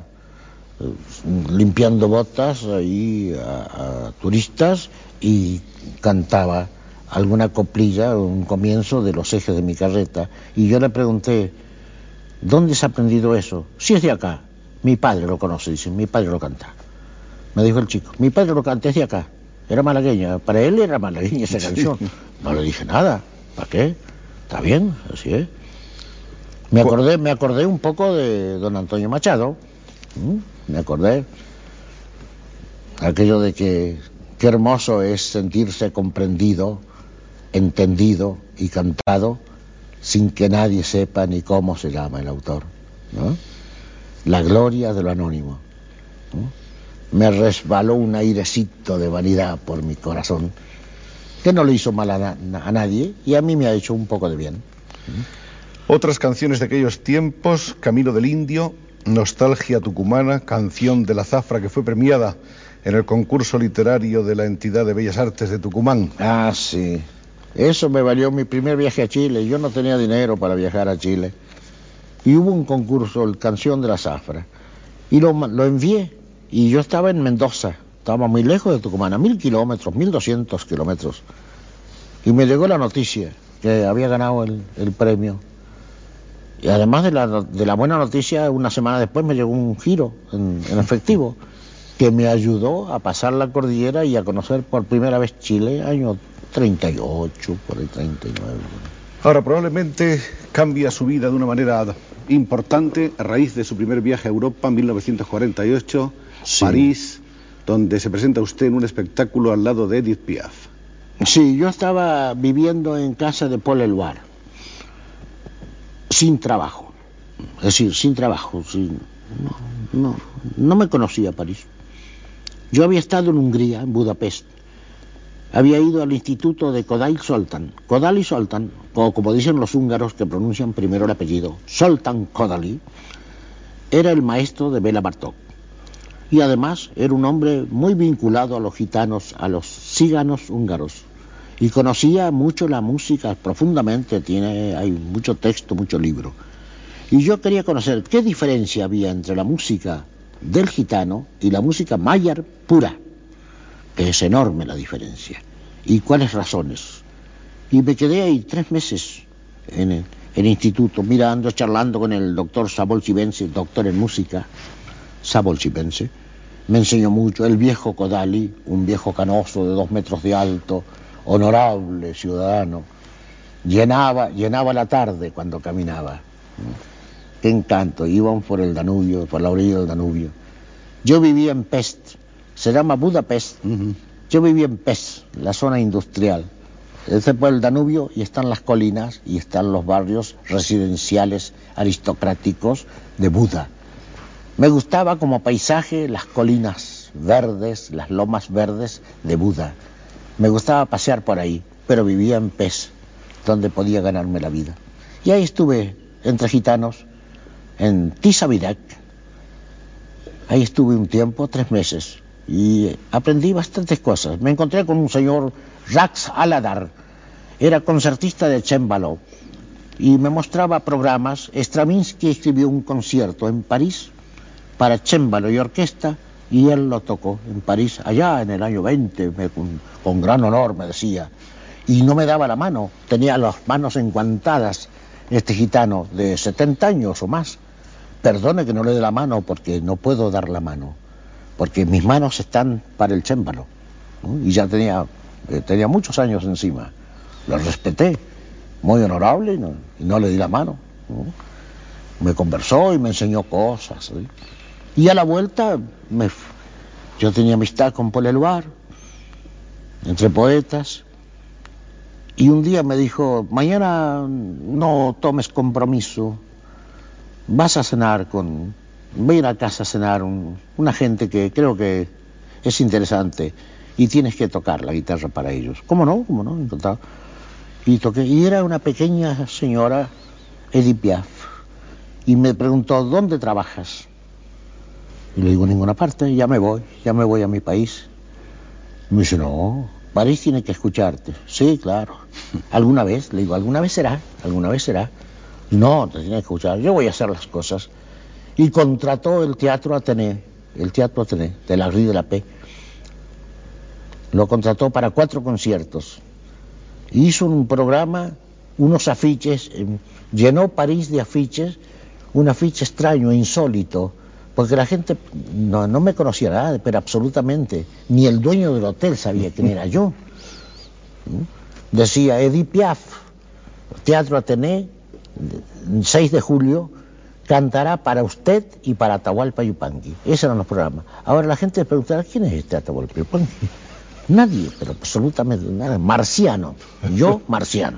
limpiando botas ahí a, a turistas y cantaba alguna coplilla, un comienzo de Los ejes de mi carreta, y yo le pregunté, ¿dónde has aprendido eso? Si es de acá. Mi padre lo conoce, dice, mi padre lo canta. Me dijo el chico, mi padre lo canta, es de acá. Era malagueña, para él era malagueña esa canción. No le dije nada, ¿para qué? Está bien, así es. Me acordé, me acordé un poco de don Antonio Machado, ¿Mm? me acordé. Aquello de que qué hermoso es sentirse comprendido, entendido y cantado sin que nadie sepa ni cómo se llama el autor, ¿no? La gloria de lo anónimo, ¿no? Me resbaló un airecito de vanidad por mi corazón que no le hizo mal a, na a nadie y a mí me ha hecho un poco de bien. Otras canciones de aquellos tiempos, Camino del Indio, Nostalgia Tucumana, Canción de la Zafra, que fue premiada en el concurso literario de la entidad de Bellas Artes de Tucumán. Ah, sí. Eso me valió mi primer viaje a Chile. Yo no tenía dinero para viajar a Chile. Y hubo un concurso, el Canción de la Zafra. Y lo, lo envié. Y yo estaba en Mendoza. Estaba muy lejos de Tucumán, a mil kilómetros, mil doscientos kilómetros. Y me llegó la noticia que había ganado el, el premio. Y además de la, de la buena noticia, una semana después me llegó un giro en, en efectivo que me ayudó a pasar la cordillera y a conocer por primera vez Chile, año treinta y ocho, por el treinta y nueve. Ahora, probablemente cambia su vida de una manera importante a raíz de su primer viaje a Europa en mil novecientos cuarenta y ocho, sí. París, donde se presenta usted en un espectáculo al lado de Edith Piaf. Sí, yo estaba viviendo en casa de Paul Eluard, sin trabajo, es decir, sin trabajo, sin, no, no, no me conocía París. Yo había estado en Hungría, en Budapest, había ido al instituto de Kodály Zoltán, Kodály Zoltán, o como dicen los húngaros que pronuncian primero el apellido, Zoltán Kodály, era el maestro de Béla Bartók. Y además era un hombre muy vinculado a los gitanos, a los ciganos húngaros. Y conocía mucho la música profundamente, tiene, hay mucho texto, mucho libro. Y yo quería conocer qué diferencia había entre la música del gitano y la música mayar pura, que es enorme la diferencia. Y cuáles razones. Y me quedé ahí tres meses en el, en el instituto, mirando, charlando con el doctor Szabolcs-Ibense, doctor en música, Szabolcs-Ibense. Me enseñó mucho. El viejo Kodály, un viejo canoso de dos metros de alto, honorable ciudadano, llenaba, llenaba la tarde cuando caminaba. Qué encanto, iban por el Danubio, por la orilla del Danubio. Yo vivía en Pest, se llama Budapest, uh-huh. Yo vivía en Pest, la zona industrial. Es por el Danubio y están las colinas y están los barrios residenciales aristocráticos de Buda. Me gustaba como paisaje las colinas verdes, las lomas verdes de Buda. Me gustaba pasear por ahí, pero vivía en Pest, donde podía ganarme la vida. Y ahí estuve entre gitanos, en Tisavidec. Ahí estuve un tiempo, tres meses, y aprendí bastantes cosas. Me encontré con un señor, Jacques Aladar, era concertista de cémbalo, y me mostraba programas. Stravinsky escribió un concierto en París para cémbalo y orquesta, y él lo tocó en París, allá en el año veinte, me, con, con gran honor me decía, y no me daba la mano, tenía las manos enguantadas, este gitano de setenta años o más. Perdone que no le dé la mano, porque no puedo dar la mano, porque mis manos están para el cémbalo, ¿no? Y ya tenía, eh, tenía muchos años encima. Lo respeté, muy honorable, y no, y no le di la mano, ¿no? Me conversó y me enseñó cosas, ¿sí? Y a la vuelta, me, yo tenía amistad con Paul Eluard, entre poetas, y un día me dijo, mañana no tomes compromiso, vas a cenar con, voy a ir a casa a cenar un, una gente que creo que es interesante, y tienes que tocar la guitarra para ellos. ¿Cómo no? ¿Cómo no? Encantado. Y toqué, y era una pequeña señora, Edith Piaf, y me preguntó, ¿dónde trabajas? Y le digo, en ninguna parte, ya me voy, ya me voy a mi país. Y me dice, no, París tiene que escucharte. Sí, claro. ¿Alguna vez? Le digo, ¿alguna vez será? ¿Alguna vez será? Y no, te tiene que escuchar, yo voy a hacer las cosas. Y contrató el Teatro Athénée, el Teatro Athénée, de la Rue de la Paix. Lo contrató para cuatro conciertos. hizo un programa, unos afiches, eh, llenó París de afiches, un afiche extraño, insólito, porque la gente no, no me conocía nada, pero absolutamente, ni el dueño del hotel sabía quién era yo. Decía Edith Piaf, Teatro Atené, seis de julio, cantará para usted y para Atahualpa Yupanqui. Esos eran los programas. Ahora la gente preguntará, ¿quién es este Atahualpa Yupanqui? Nadie, pero absolutamente nada. Marciano. Yo, marciano.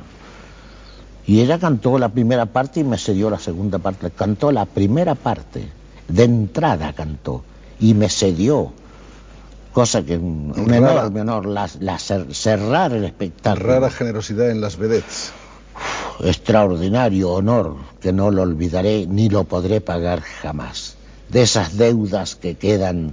Y ella cantó la primera parte y me cedió la segunda parte. Cantó la primera parte, de entrada cantó, y me cedió. Cosa que un, un enorme honor, la, la cer, cerrar el espectáculo. Rara generosidad en las vedettes. Extraordinario honor que no lo olvidaré ni lo podré pagar jamás. De esas deudas que quedan,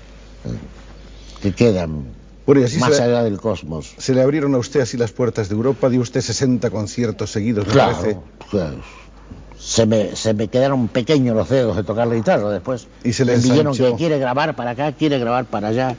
que quedan bueno, y así más se, allá del cosmos. Se le abrieron a usted así las puertas de Europa, dio usted sesenta conciertos seguidos, me claro, parece. Claro. Se me, se me quedaron pequeños los dedos de tocar la guitarra después. Y se le me dijeron ensanchó. Que quiere grabar para acá, quiere grabar para allá.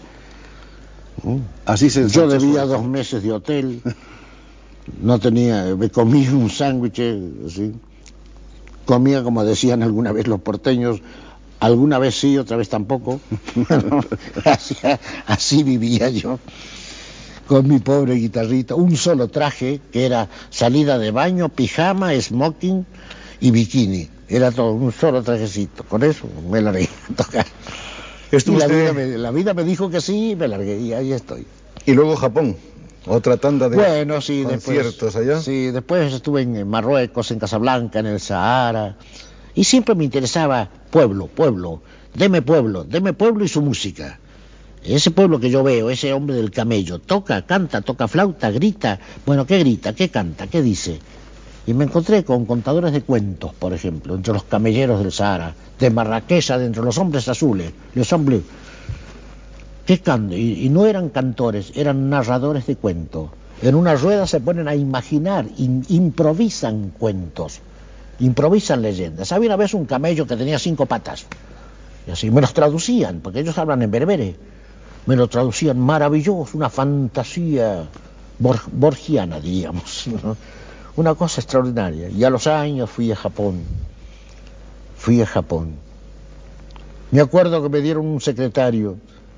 Así se Yo debía dos meses de hotel. No tenía, me comí un sándwich, así. Comía como decían alguna vez los porteños, alguna vez sí, otra vez tampoco. así, así vivía yo, con mi pobre guitarrita, un solo traje, que era salida de baño, pijama, smoking y bikini. Era todo, un solo trajecito. Con eso me largué a tocar. Y la, usted... vida me, la vida me dijo que sí, y me largué, y ahí estoy. Y luego Japón. Otra tanda de bueno, sí, conciertos después, allá. Sí, después estuve en Marruecos, en Casablanca, en el Sahara. Y siempre me interesaba pueblo, pueblo. Deme pueblo, deme pueblo y su música. Ese pueblo que yo veo, ese hombre del camello, toca, canta, toca flauta, grita. Bueno, ¿qué grita? ¿Qué canta? ¿Qué dice? Y me encontré con contadores de cuentos, por ejemplo, entre los camelleros del Sahara, de Marrakech, dentro de los hombres azules, les hombres... ¿Qué can... y, y no eran cantores, eran narradores de cuentos. En una rueda se ponen a imaginar, in, improvisan cuentos, improvisan leyendas. Había una vez un camello que tenía cinco patas, y así me los traducían, porque ellos hablan en berbere. Me lo traducían maravilloso, una fantasía bor, borgiana, diríamos, ¿no? Una cosa extraordinaria. Y a los años fui a Japón, fui a Japón. Me acuerdo que me dieron un secretario,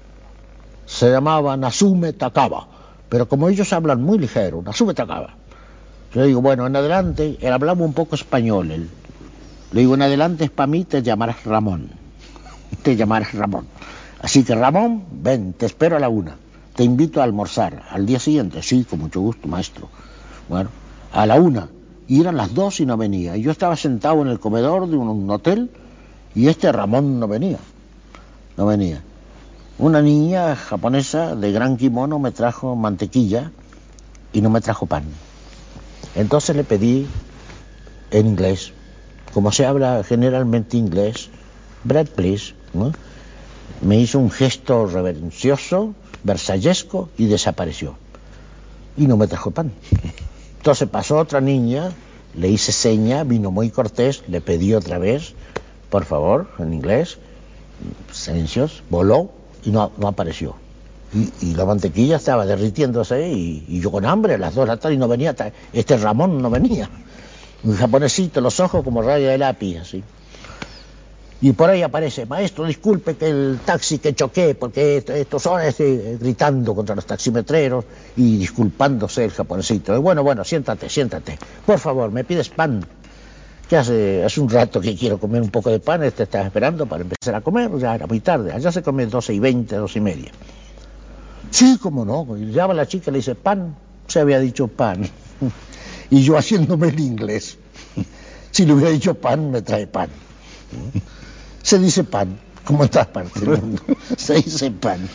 se llamaba Nasume Takaba, pero como ellos hablan muy ligero, Nasume Takaba. Yo digo, bueno, en adelante, él hablaba un poco español, él. Le digo, en adelante es para mí, te llamarás Ramón, te llamarás Ramón. Así que Ramón, ven, te espero a la una, te invito a almorzar. Al día siguiente, sí, con mucho gusto, maestro. Bueno, a la una, y eran las dos y no venía. Y yo estaba sentado en el comedor de un, un hotel, y este Ramón no venía, no venía. Una niña japonesa de gran kimono me trajo mantequilla y no me trajo pan. Entonces le pedí en inglés, como se habla generalmente inglés, bread please, ¿no? Me hizo un gesto reverencioso, versallesco y desapareció. Y no me trajo pan. Entonces pasó otra niña, le hice seña, vino muy cortés, le pedí otra vez, por favor, en inglés, silencios, voló. Y no, no apareció. Y, y la mantequilla estaba derritiéndose y, y yo con hambre a las dos de la tarde y no venía. Este Ramón no venía. Un japonesito, los ojos como raya de lápiz, así. Y por ahí aparece, maestro, disculpe que el taxi que choqué, porque estos son este, gritando contra los taximetreros y disculpándose el japonesito. Y bueno, bueno, siéntate, siéntate. Por favor, ¿me pides pan? Que hace, hace un rato que quiero comer un poco de pan, este está esperando para empezar a comer, ya era muy tarde, allá se come doce y veinte, doce y media. Sí, cómo no, y llama la chica y le dice, pan, se había dicho pan, y yo haciéndome el inglés, si le hubiera dicho pan, me trae pan. Se dice pan, como en todas partes del mundo, se dice pan.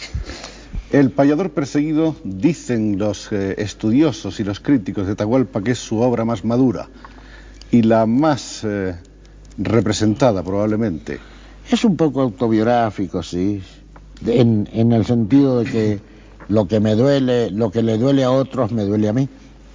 El payador perseguido, dicen los eh, estudiosos y los críticos de Atahualpa, que es su obra más madura y la más eh, representada probablemente. Es un poco autobiográfico, sí, en, en el sentido de que lo que me duele, lo que le duele a otros me duele a mí.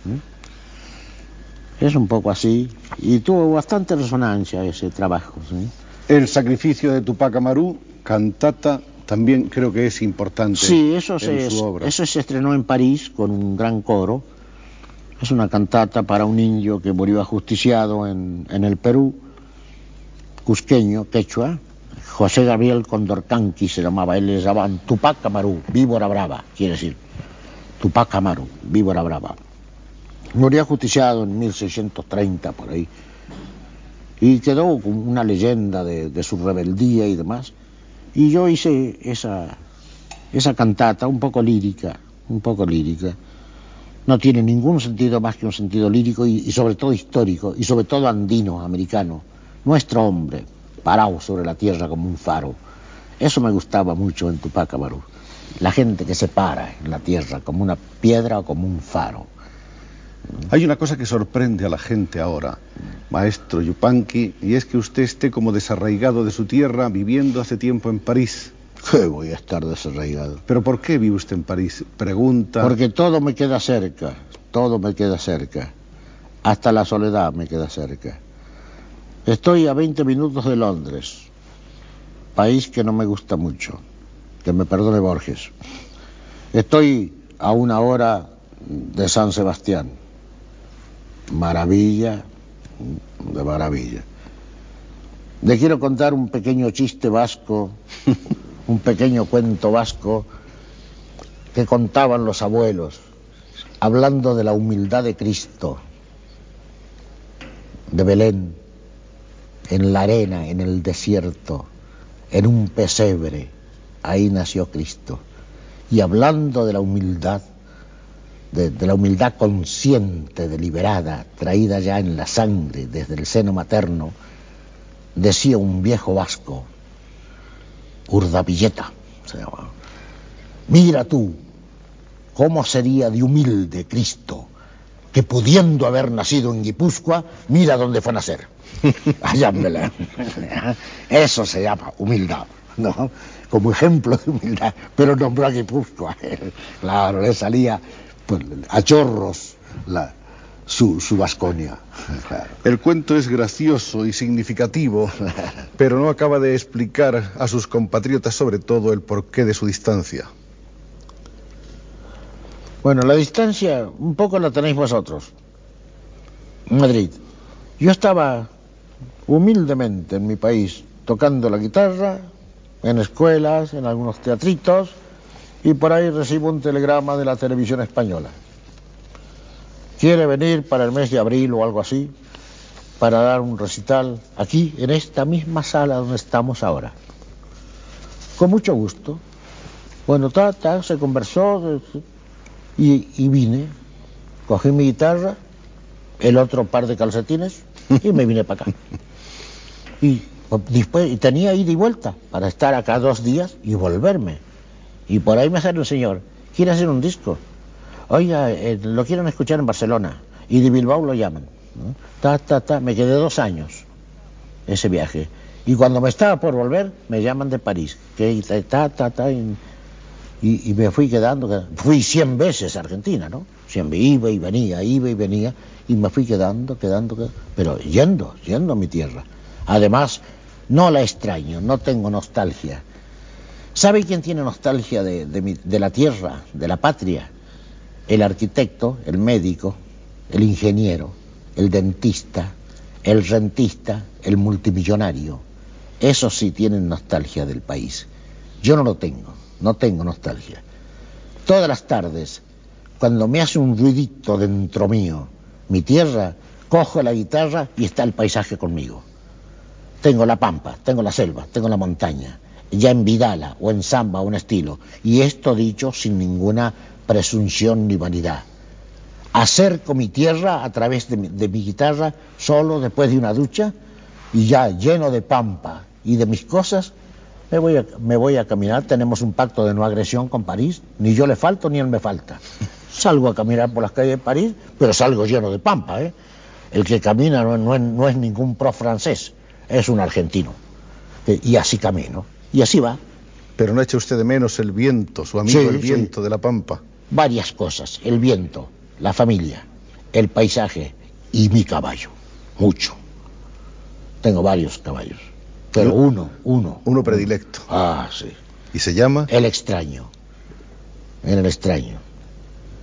¿Mm? Es un poco así, y tuvo bastante resonancia ese trabajo, ¿sí? El sacrificio de Tupac Amaru, cantata, también creo que es importante. Sí, eso en se, su obra. eso se estrenó en París con un gran coro. Es una cantata para un indio que murió ajusticiado en, en el Perú, cusqueño, quechua. José Gabriel Condorcanqui se llamaba, él le llamaban Tupac Amaru, víbora brava, quiere decir, Tupac Amaru, víbora brava. Murió ajusticiado en mil seiscientos treinta, por ahí, y quedó como una leyenda de, de su rebeldía y demás. Y yo hice esa, esa cantata, un poco lírica, un poco lírica. No tiene ningún sentido más que un sentido lírico y, y sobre todo histórico, y sobre todo andino, americano. Nuestro hombre, parado sobre la tierra como un faro. Eso me gustaba mucho en Tupac Amaru. La gente que se para en la tierra como una piedra o como un faro. Hay una cosa que sorprende a la gente ahora, maestro Yupanqui, y es que usted esté como desarraigado de su tierra, viviendo hace tiempo en París. ¿Qué voy a estar desarraigado? ¿Pero por qué vive usted en París? Pregunta. Porque todo me queda cerca, todo me queda cerca. Hasta la soledad me queda cerca. Estoy a veinte minutos de Londres, país que no me gusta mucho, que me perdone Borges. Estoy a una hora de San Sebastián, maravilla de maravilla. Le quiero contar un pequeño chiste vasco, un pequeño cuento vasco que contaban los abuelos, hablando de la humildad de Cristo, de Belén, en la arena, en el desierto, en un pesebre, ahí nació Cristo. Y hablando de la humildad, de, de la humildad consciente, deliberada, traída ya en la sangre desde el seno materno, decía un viejo vasco, Urdapilleta se llamaba: mira tú, cómo sería de humilde Cristo, que pudiendo haber nacido en Guipúzcoa, mira dónde fue a nacer. Allá en Belén. Eso se llama humildad, ¿no? Como ejemplo de humildad, pero nombró a Guipúzcoa. Claro, le salía pues, a chorros la, su, su Vasconia. Claro. El cuento es gracioso y significativo, pero no acaba de explicar a sus compatriotas sobre todo el porqué de su distancia. Bueno, la distancia un poco la tenéis vosotros. Madrid. Yo estaba humildemente en mi país, tocando la guitarra, en escuelas, en algunos teatritos, y por ahí recibo un telegrama de la televisión española. Quiere venir para el mes de abril o algo así, para dar un recital aquí, en esta misma sala donde estamos ahora. Con mucho gusto. Bueno, ta, ta, se conversó y, y vine, cogí mi guitarra, el otro par de calcetines y me vine para acá. Y después y tenía ida y vuelta para estar acá dos días y volverme. Y por ahí me sale un señor, quiere hacer un disco. Oiga, eh, lo quieren escuchar en Barcelona y de Bilbao lo llaman, ¿no? Ta, ta, ta. Me quedé dos años ese viaje. Y cuando me estaba por volver, me llaman de París. Que ta, ta, ta. Y, y me fui quedando, fui cien veces a Argentina, ¿no? Siempre iba y venía, iba y venía, y me fui quedando, quedando, quedando, pero yendo, yendo a mi tierra. Además, no la extraño, no tengo nostalgia. ¿Sabe quién tiene nostalgia de, de, mi, de la tierra, de la patria? El arquitecto, el médico, el ingeniero, el dentista, el rentista, el multimillonario. Esos sí tienen nostalgia del país. Yo no lo tengo, no tengo nostalgia. Todas las tardes, cuando me hace un ruidito dentro mío, mi tierra, cojo la guitarra y está el paisaje conmigo. Tengo la pampa, tengo la selva, tengo la montaña, ya en vidala o en samba o en estilo. Y esto dicho sin ninguna presunción ni vanidad. Acerco mi tierra a través de mi, de mi guitarra solo después de una ducha y ya lleno de pampa y de mis cosas, me voy a, me voy a caminar. Tenemos un pacto de no agresión con París, ni yo le falto ni él me falta. Salgo a caminar por las calles de París, pero salgo lleno de pampa, ¿eh? El que camina no, no, es, no es ningún pro francés, es un argentino. Y así camino, y así va. Pero no echa usted de menos el viento, su amigo, sí, el viento, sí, de la pampa. Varias cosas, el viento, la familia, el paisaje y mi caballo, mucho. Tengo varios caballos, pero uno, uno. Uno predilecto. Ah, sí. ¿Y se llama? El extraño, en el extraño.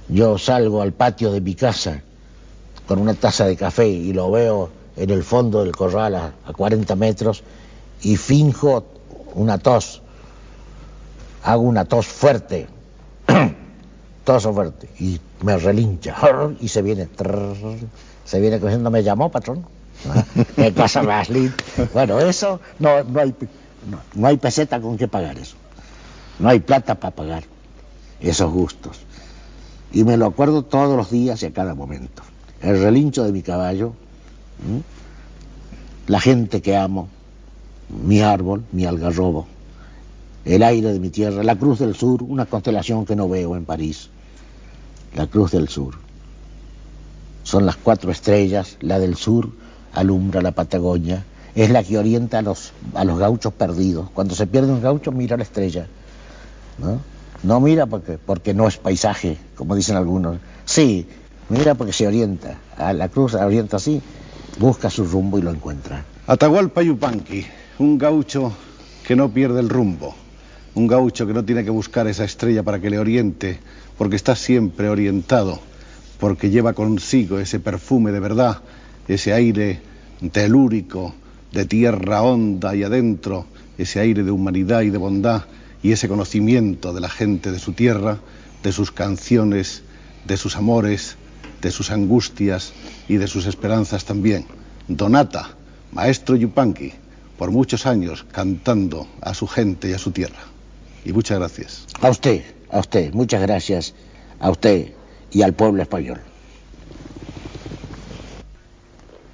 Yo salgo al patio de mi casa con una taza de café y lo veo en el fondo del corral a, a cuarenta metros y finjo una tos. Hago una tos fuerte, tos fuerte, y me relincha, y se viene, trrr, se viene cogiendo, me llamó, patrón. ¿Qué cosa más linda? Bueno, eso no, no, hay, no, no hay peseta con qué pagar eso. No hay plata para pagar esos gustos. Y me lo acuerdo todos los días y a cada momento. El relincho de mi caballo, ¿m? La gente que amo, mi árbol, mi algarrobo, el aire de mi tierra, la Cruz del Sur, una constelación que no veo en París, la Cruz del Sur. Son las cuatro estrellas, la del sur alumbra la Patagonia, es la que orienta a los, a los gauchos perdidos. Cuando se pierde un gaucho, mira la estrella, ¿no? No mira porque, porque no es paisaje, como dicen algunos. Sí, mira porque se orienta. A la cruz se orienta así, busca su rumbo y lo encuentra. Atahualpa Yupanqui, un gaucho que no pierde el rumbo. Un gaucho que no tiene que buscar esa estrella para que le oriente, porque está siempre orientado, porque lleva consigo ese perfume de verdad, ese aire telúrico, de tierra honda y adentro, ese aire de humanidad y de bondad, y ese conocimiento de la gente de su tierra, de sus canciones, de sus amores, de sus angustias y de sus esperanzas también. Donata, maestro Yupanqui, por muchos años cantando a su gente y a su tierra. Y muchas gracias. A usted, a usted, muchas gracias, a usted y al pueblo español.